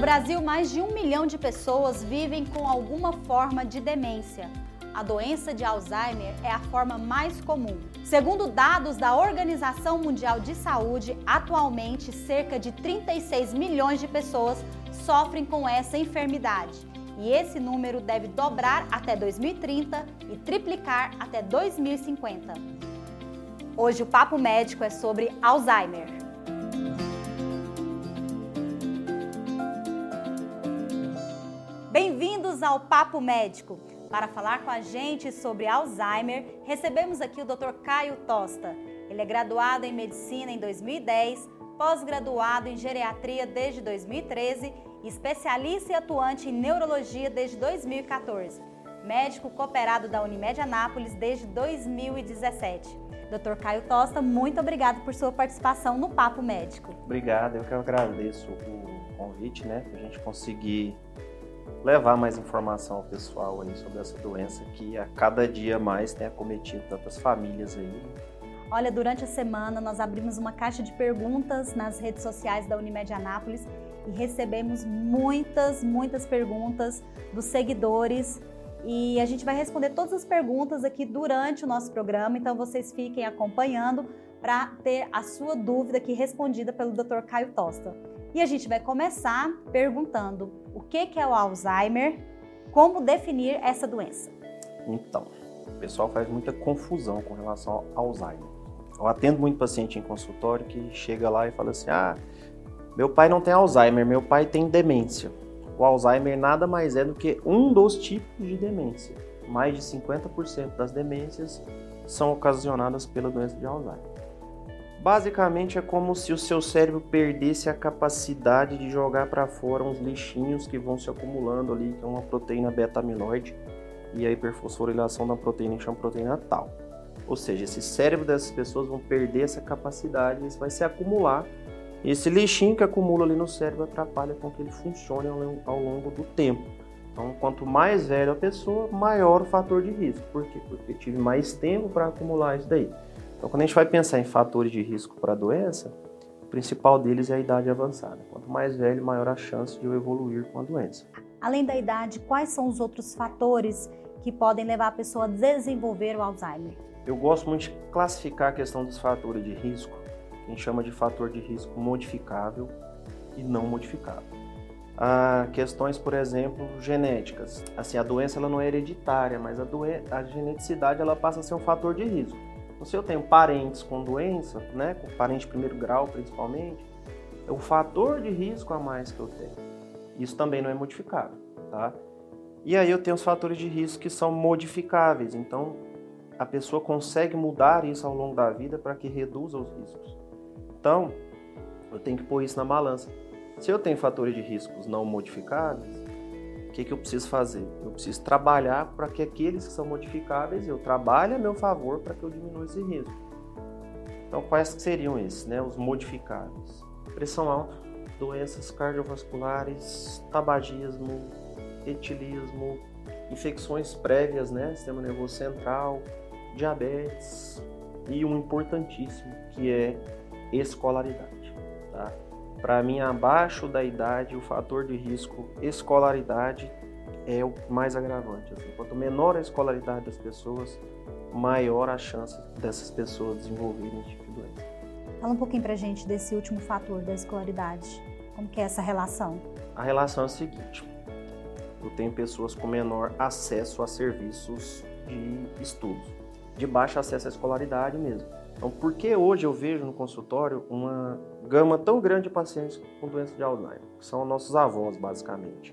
Brasil, mais de 1 milhão de pessoas vivem com alguma forma de demência. A doença de Alzheimer é a forma mais comum. Segundo dados da Organização Mundial de Saúde, atualmente cerca de 36 milhões de pessoas sofrem com essa enfermidade. E esse número deve dobrar até 2030 e triplicar até 2050. Hoje o Papo Médico é sobre Alzheimer. Bem-vindos ao Papo Médico. Para falar com a gente sobre Alzheimer, recebemos aqui o Dr. Caio Tosta. Ele é graduado em Medicina em 2010, pós-graduado em Geriatria desde 2013 e especialista e atuante em Neurologia desde 2014. Médico cooperado da Unimed Anápolis desde 2017. Dr. Caio Tosta, muito obrigado por sua participação no Papo Médico. Obrigado, eu que agradeço o convite, para a gente conseguir levar mais informação ao pessoal aí sobre essa doença que a cada dia mais tem acometido tantas famílias aí. Olha, durante a semana nós abrimos uma caixa de perguntas nas redes sociais da Unimed Anápolis e recebemos muitas perguntas dos seguidores e a gente vai responder todas as perguntas aqui durante o nosso programa, então vocês fiquem acompanhando para ter a sua dúvida aqui respondida pelo Dr. Caio Tosta. E a gente vai começar perguntando o que é o Alzheimer, como definir essa doença. Então, o pessoal faz muita confusão com relação ao Alzheimer. Eu atendo muito paciente em consultório que chega lá e fala assim, meu pai não tem Alzheimer, meu pai tem demência. O Alzheimer nada mais é do que um dos tipos de demência. Mais de 50% das demências são ocasionadas pela doença de Alzheimer. Basicamente é como se o seu cérebro perdesse a capacidade de jogar para fora uns lixinhos que vão se acumulando ali, que é uma proteína beta-amiloide, e a hiperfosforilação da proteína que chama proteína tal. Ou seja, esse cérebro dessas pessoas vão perder essa capacidade, isso vai se acumular, e esse lixinho que acumula ali no cérebro atrapalha com que ele funcione ao longo do tempo. Então, quanto mais velha a pessoa, maior o fator de risco. Por quê? Porque tive mais tempo para acumular isso daí. Então, quando a gente vai pensar em fatores de risco para a doença, o principal deles é a idade avançada. Quanto mais velho, maior a chance de eu evoluir com a doença. Além da idade, quais são os outros fatores que podem levar a pessoa a desenvolver o Alzheimer? Eu gosto muito de classificar a questão dos fatores de risco, que a gente chama de fator de risco modificável e não modificável. Questões, por exemplo, genéticas. Assim, a doença ela não é hereditária, mas a geneticidade ela passa a ser um fator de risco. Então, se eu tenho parentes com doença, com parente de primeiro grau principalmente, é o fator de risco a mais que eu tenho. Isso também não é modificável, tá? E aí eu tenho os fatores de risco que são modificáveis, então a pessoa consegue mudar isso ao longo da vida para que reduza os riscos. Então, eu tenho que pôr isso na balança. Se eu tenho fatores de riscos não modificáveis, o que eu preciso fazer? Eu preciso trabalhar para que aqueles que são modificáveis, eu trabalhe a meu favor para que eu diminua esse risco. Então, quais seriam esses, os modificáveis? Pressão alta, doenças cardiovasculares, tabagismo, etilismo, infecções prévias, sistema nervoso central, diabetes e um importantíssimo, que é escolaridade, tá? Para mim, abaixo da idade, o fator de risco escolaridade é o mais agravante. Assim. Quanto menor a escolaridade das pessoas, maior a chance dessas pessoas desenvolverem esse tipo de doença. Fala um pouquinho pra gente desse último fator da escolaridade. Como que é essa relação? A relação é a seguinte. Eu tenho pessoas com menor acesso a serviços de estudo, de baixo acesso à escolaridade mesmo. Então, por que hoje eu vejo no consultório uma gama tão grande de pacientes com doença de Alzheimer? Que são nossos avós, basicamente.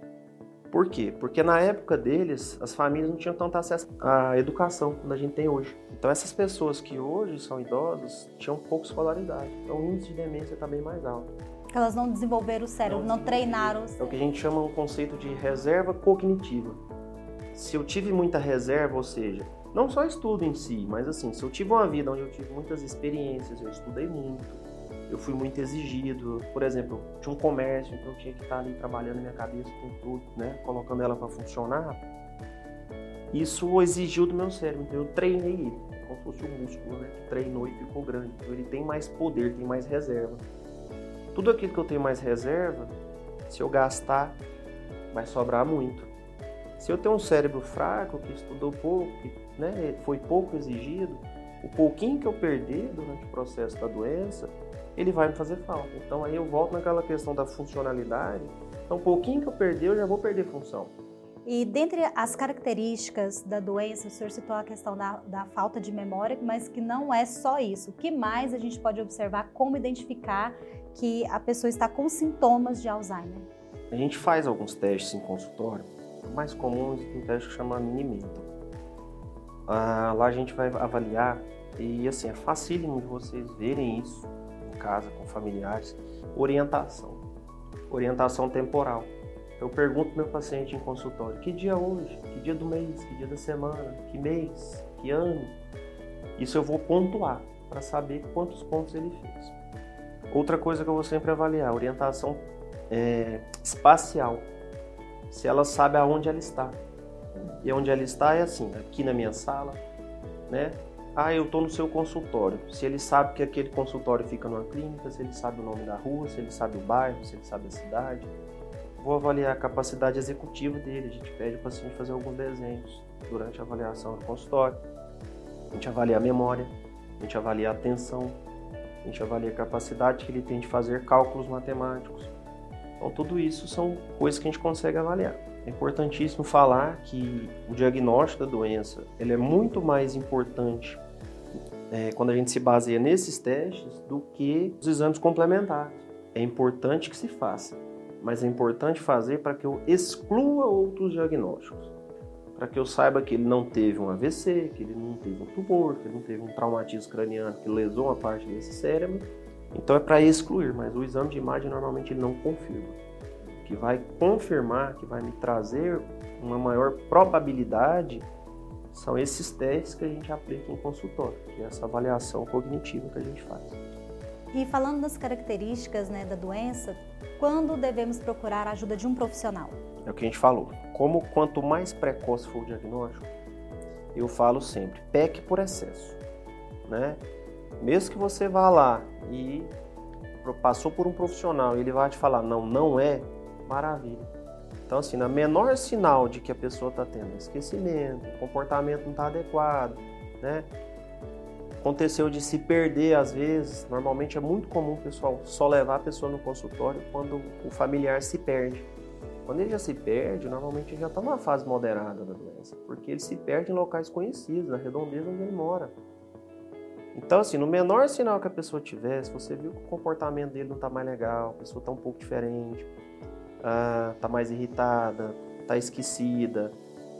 Por quê? Porque na época deles, as famílias não tinham tanto acesso à educação como a gente tem hoje. Então, essas pessoas que hoje são idosas tinham pouca escolaridade. Então, o índice de demência está bem mais alto. Elas não desenvolveram o cérebro, não treinaram o cérebro. É o que a gente chama um conceito de reserva cognitiva. Se eu tive muita reserva, ou seja, não só estudo em si, mas assim, se eu tive uma vida onde eu tive muitas experiências, eu estudei muito, eu fui muito exigido, por exemplo, eu tinha um comércio, então eu tinha que estar ali trabalhando na minha cabeça com tudo, colocando ela para funcionar, isso exigiu do meu cérebro, então eu treinei ele, como se fosse um músculo, que treinou e ficou grande, então ele tem mais poder, tem mais reserva. Tudo aquilo que eu tenho mais reserva, Se eu gastar, vai sobrar muito. Se eu tenho um cérebro fraco, que estudou pouco, que, né, foi pouco exigido, o pouquinho que eu perder durante o processo da doença, ele vai me fazer falta. Então aí eu volto naquela questão da funcionalidade. Então o pouquinho que eu perder, eu já vou perder função. E dentre as características da doença, o senhor citou a questão da falta de memória, mas que não é só isso. O que mais a gente pode observar, como identificar que a pessoa está com sintomas de Alzheimer? A gente faz alguns testes em consultório. O mais comum é um teste que chama Mini-Mental. Lá a gente vai avaliar, e assim, é facílimo de vocês verem isso em casa, com familiares, orientação temporal. Eu pergunto pro meu paciente em consultório, que dia hoje? Que dia do mês? Que dia da semana? Que mês? Que ano? Isso eu vou pontuar para saber quantos pontos ele fez. Outra coisa que eu vou sempre avaliar, orientação espacial. Se ela sabe aonde ela está. E onde ela está é assim, aqui na minha sala, né? Eu estou no seu consultório. Se ele sabe que aquele consultório fica numa clínica, se ele sabe o nome da rua, se ele sabe o bairro, se ele sabe a cidade. Vou avaliar a capacidade executiva dele. A gente pede o paciente fazer alguns desenhos durante a avaliação do consultório. A gente avalia a memória, a gente avalia a atenção, a gente avalia a capacidade que ele tem de fazer cálculos matemáticos. Então, tudo isso são coisas que a gente consegue avaliar. É importantíssimo falar que o diagnóstico da doença ele é muito mais importante quando a gente se baseia nesses testes do que os exames complementares. É importante que se faça, mas é importante fazer para que eu exclua outros diagnósticos. Para que eu saiba que ele não teve um AVC, que ele não teve um tumor, que ele não teve um traumatismo craniano que lesou uma parte desse cérebro. Então é para excluir, mas o exame de imagem normalmente ele não confirma. O que vai confirmar, que vai me trazer uma maior probabilidade, são esses testes que a gente aplica em consultório, que é essa avaliação cognitiva que a gente faz. E falando das características, da doença, quando devemos procurar a ajuda de um profissional? É o que a gente falou. Quanto mais precoce for o diagnóstico, eu falo sempre, peque por excesso, né? Mesmo que você vá lá e passou por um profissional e ele vai te falar, não é, maravilha. Então, assim, na menor sinal de que a pessoa está tendo esquecimento, o comportamento não está adequado, né? Aconteceu de se perder às vezes, normalmente é muito comum, pessoal, só levar a pessoa no consultório quando o familiar se perde. Quando ele já se perde, normalmente ele já está numa fase moderada da doença, porque ele se perde em locais conhecidos, na redondeza onde ele mora. Então, assim, no menor sinal que a pessoa tiver, se você viu que o comportamento dele não está mais legal, a pessoa está um pouco diferente, está mais irritada, está esquecida,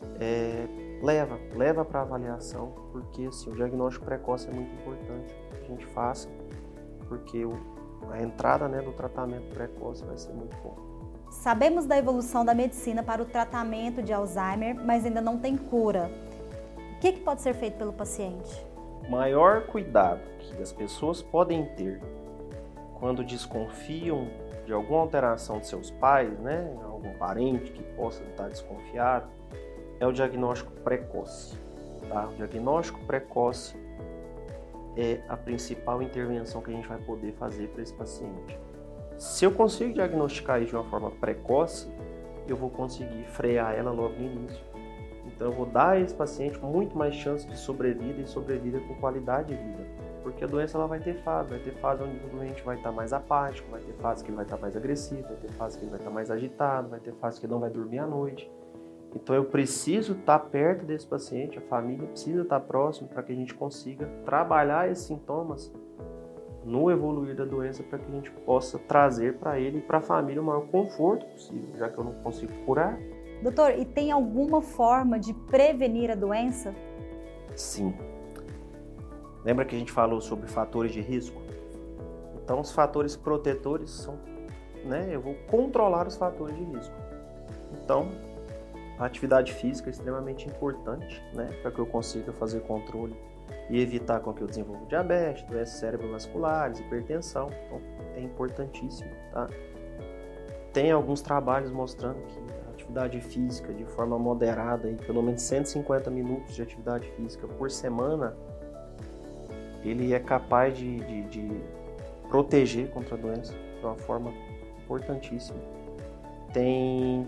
leva para avaliação, porque assim, o diagnóstico precoce é muito importante que a gente faça, porque a entrada do tratamento precoce vai ser muito bom. Sabemos da evolução da medicina para o tratamento de Alzheimer, mas ainda não tem cura. O que pode ser feito pelo paciente? O maior cuidado que as pessoas podem ter quando desconfiam de alguma alteração de seus pais, algum parente que possa estar desconfiado, é o diagnóstico precoce. Tá? O diagnóstico precoce é a principal intervenção que a gente vai poder fazer para esse paciente. Se eu consigo diagnosticar isso de uma forma precoce, eu vou conseguir frear ela logo no início. Então eu vou dar a esse paciente muito mais chance de sobrevida e sobrevida com qualidade de vida. Porque a doença ela vai ter fase onde o doente vai estar mais apático, vai ter fase que ele vai estar mais agressivo, vai ter fase que ele vai estar mais agitado, vai ter fase que ele não vai dormir à noite. Então eu preciso estar perto desse paciente, a família precisa estar próximo para que a gente consiga trabalhar esses sintomas no evoluir da doença para que a gente possa trazer para ele e para a família o maior conforto possível, já que eu não consigo curar. Doutor, e tem alguma forma de prevenir a doença? Sim. Lembra que a gente falou sobre fatores de risco? Então os fatores protetores são, eu vou controlar os fatores de risco. Então, a atividade física é extremamente importante, para que eu consiga fazer controle e evitar com que eu desenvolva diabetes, doenças cerebrovasculares, hipertensão. Então, é importantíssimo, tá? Tem alguns trabalhos mostrando que a atividade física de forma moderada, pelo menos 150 minutos de atividade física por semana, ele é capaz de proteger contra a doença de uma forma importantíssima. tem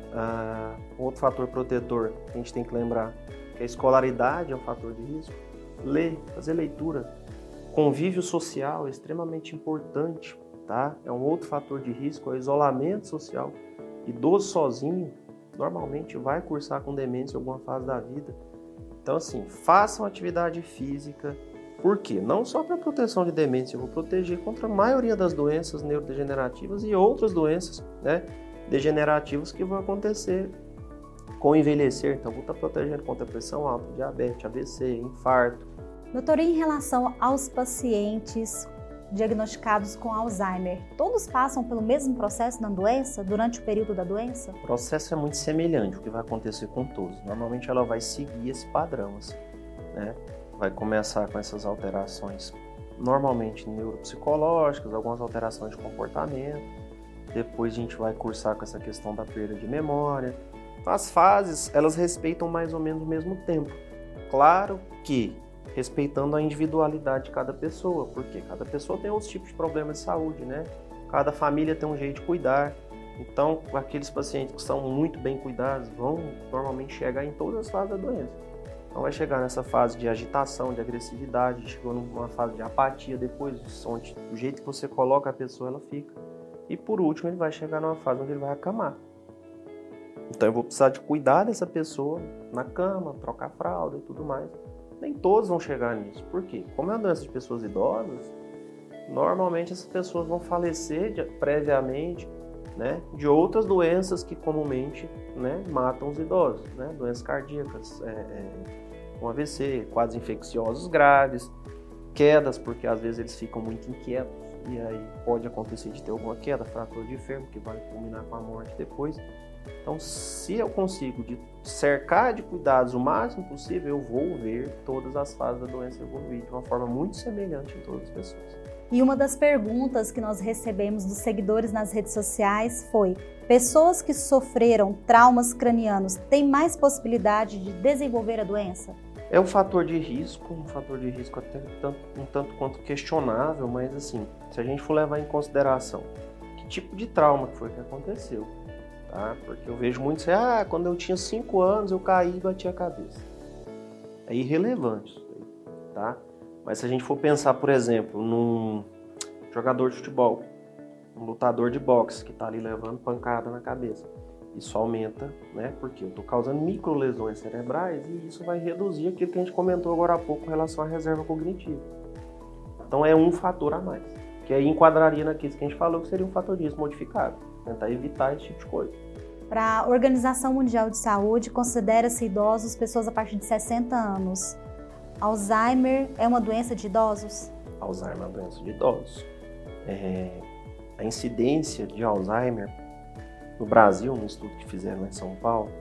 outro fator protetor que a gente tem que lembrar, que a escolaridade é um fator de risco. Ler, fazer leitura. Convívio social é extremamente importante, tá? É um outro fator de risco, é o isolamento social. Idoso sozinho, normalmente vai cursar com demência em alguma fase da vida. Então, assim, façam atividade física. Por quê? Não só para proteção de demência, eu vou proteger contra a maioria das doenças neurodegenerativas e outras doenças, né, degenerativas que vão acontecer com o envelhecer. Então, vou estar protegendo contra pressão alta, diabetes, AVC, infarto. Doutor, em relação aos pacientes diagnosticados com Alzheimer, todos passam pelo mesmo processo da doença durante o período da doença? O processo é muito semelhante ao que vai acontecer com todos. Normalmente ela vai seguir esse padrão, assim, né? Vai começar com essas alterações, normalmente neuropsicológicas, algumas alterações de comportamento. Depois a gente vai cursar com essa questão da perda de memória. As fases, elas respeitam mais ou menos o mesmo tempo. Claro que respeitando a individualidade de cada pessoa, porque cada pessoa tem outros tipos de problemas de saúde, né? Cada família tem um jeito de cuidar. Então, aqueles pacientes que são muito bem cuidados vão normalmente chegar em todas as fases da doença. Então, vai chegar nessa fase de agitação, de agressividade, chegou numa fase de apatia, depois onde do jeito que você coloca a pessoa, ela fica. E por último, ele vai chegar numa fase onde ele vai acamar. Então, eu vou precisar de cuidar dessa pessoa na cama, trocar fralda e tudo mais. Nem todos vão chegar nisso. Por quê? Como é uma doença de pessoas idosas, normalmente essas pessoas vão falecer previamente, né, de outras doenças que comumente, né, matam os idosos, né, doenças cardíacas, um AVC, quadros infecciosos graves, quedas, porque às vezes eles ficam muito inquietos e aí pode acontecer de ter alguma queda, fratura de fêmur, que vai culminar com a morte depois. Então, se eu consigo cercar de cuidados o máximo possível, eu vou ver todas as fases da doença evoluir de uma forma muito semelhante em todas as pessoas. E uma das perguntas que nós recebemos dos seguidores nas redes sociais foi: pessoas que sofreram traumas cranianos têm mais possibilidade de desenvolver a doença? É um fator de risco até um tanto quanto questionável, mas assim, se a gente for levar em consideração que tipo de trauma que foi que aconteceu, tá? Porque eu vejo muitos quando eu tinha 5 anos eu caí e bati a cabeça. É irrelevante isso aí, tá? Mas se a gente for pensar, por exemplo, num jogador de futebol, um lutador de boxe que está ali levando pancada na cabeça, isso aumenta, né? Porque eu estou causando microlesões cerebrais e isso vai reduzir aquilo que a gente comentou agora há pouco com relação à reserva cognitiva. Então é um fator a mais, que aí enquadraria naquilo que a gente falou que seria um fator de risco modificável, tentar evitar esse tipo de coisa. Para a Organização Mundial de Saúde, considera-se idosos pessoas a partir de 60 anos. Alzheimer é uma doença de idosos? Alzheimer é uma doença de idosos. A incidência de Alzheimer no Brasil, no estudo que fizeram em São Paulo,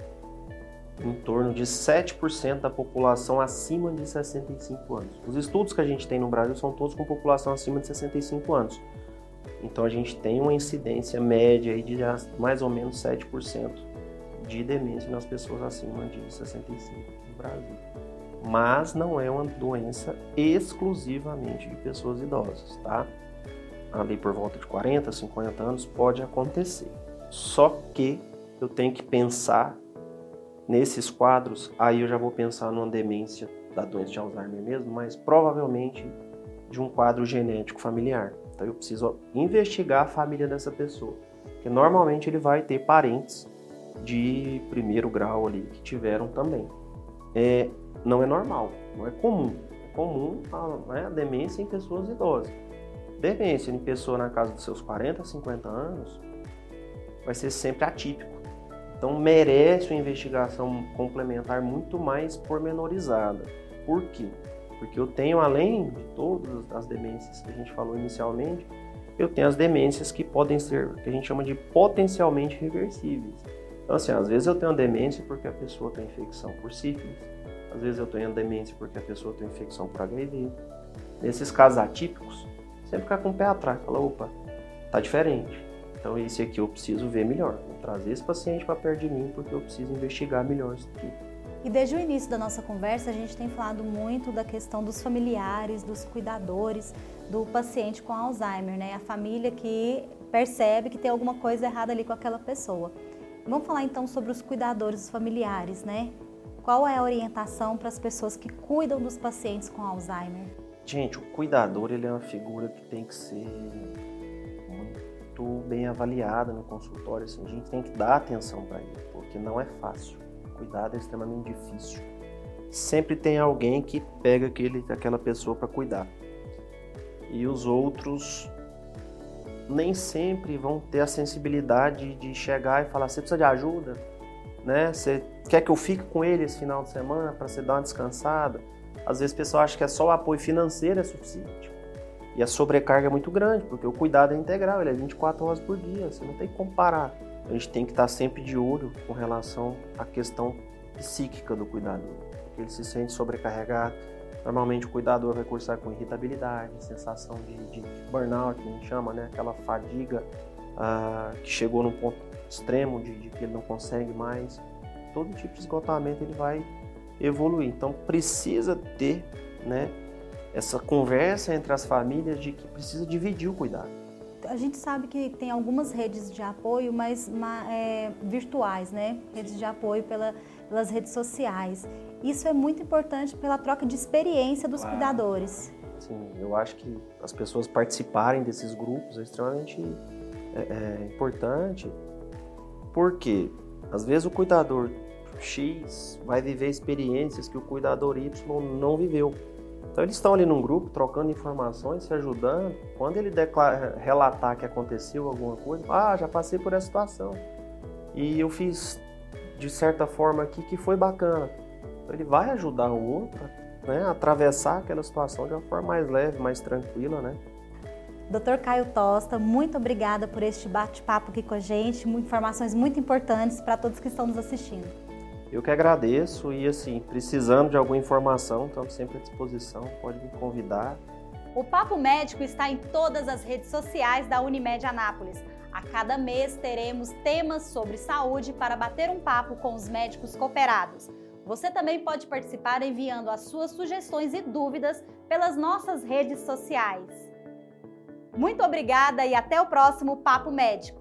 em torno de 7% da população acima de 65 anos. Os estudos que a gente tem no Brasil são todos com população acima de 65 anos. Então a gente tem uma incidência média aí de mais ou menos 7% de demência nas pessoas acima de 65 no Brasil. Mas não é uma doença exclusivamente de pessoas idosas, tá? Ali por volta de 40, 50 anos pode acontecer. Só que eu tenho que pensar nesses quadros, aí eu já vou pensar numa demência da doença de Alzheimer mesmo, mas provavelmente de um quadro genético familiar. Então eu preciso investigar a família dessa pessoa, porque normalmente ele vai ter parentes de primeiro grau ali que tiveram também. Não é normal, não é comum. É comum a demência em pessoas idosas. Demência em pessoa na casa dos seus 40, 50 anos vai ser sempre atípico. Então merece uma investigação complementar muito mais pormenorizada. Por quê? Porque eu tenho, além de todas as demências que a gente falou inicialmente, eu tenho as demências que podem ser, que a gente chama de potencialmente reversíveis. Então assim, às vezes eu tenho uma demência porque a pessoa tem infecção por sífilis, às vezes eu tenho uma demência porque a pessoa tem infecção por HIV. Nesses casos atípicos, sempre ficar com o pé atrás, falar, opa, tá diferente. Então esse aqui eu preciso ver melhor, vou trazer esse paciente para perto de mim porque eu preciso investigar melhor isso aqui. E desde o início da nossa conversa, a gente tem falado muito da questão dos familiares, dos cuidadores, do paciente com Alzheimer, né? A família que percebe que tem alguma coisa errada ali com aquela pessoa. Vamos falar então sobre os cuidadores familiares, né? Qual é a orientação para as pessoas que cuidam dos pacientes com Alzheimer? Gente, o cuidador ele é uma figura que tem que ser muito bem avaliada no consultório. Assim, a gente tem que dar atenção para ele, porque não é fácil. O cuidado é extremamente difícil. Sempre tem alguém que pega aquela pessoa para cuidar. E os outros nem sempre vão ter a sensibilidade de chegar e falar: você precisa de ajuda? Né? Você quer que eu fique com ele esse final de semana para você dar uma descansada? Às vezes o pessoal acha que é só o apoio financeiro é suficiente. E a sobrecarga é muito grande, porque o cuidado é integral, ele é 24 horas por dia, você não tem como parar. A gente tem que estar sempre de olho com relação à questão psíquica do cuidador. Porque ele se sente sobrecarregado. Normalmente o cuidador vai cursar com irritabilidade, sensação de burnout, que a gente chama, né? Aquela fadiga que chegou num ponto extremo de que ele não consegue mais. Todo tipo de esgotamento ele vai evoluir. Então precisa ter, né, essa conversa entre as famílias de que precisa dividir o cuidado. A gente sabe que tem algumas redes de apoio, mas virtuais, né? Redes de apoio pelas redes sociais. Isso é muito importante pela troca de experiência dos cuidadores. Sim, eu acho que as pessoas participarem desses grupos é extremamente importante, porque às vezes o cuidador X vai viver experiências que o cuidador Y não viveu. Então eles estão ali num grupo, trocando informações, se ajudando. Quando ele relatar que aconteceu alguma coisa, já passei por essa situação. E eu fiz de certa forma aqui que foi bacana. Então ele vai ajudar o outro, né, a atravessar aquela situação de uma forma mais leve, mais tranquila, né? Dr. Caio Tosta, muito obrigada por este bate-papo aqui com a gente, informações muito importantes para todos que estão nos assistindo. Eu que agradeço e, assim, precisando de alguma informação, estamos sempre à disposição, pode me convidar. O Papo Médico está em todas as redes sociais da Unimed Anápolis. A cada mês teremos temas sobre saúde para bater um papo com os médicos cooperados. Você também pode participar enviando as suas sugestões e dúvidas pelas nossas redes sociais. Muito obrigada e até o próximo Papo Médico.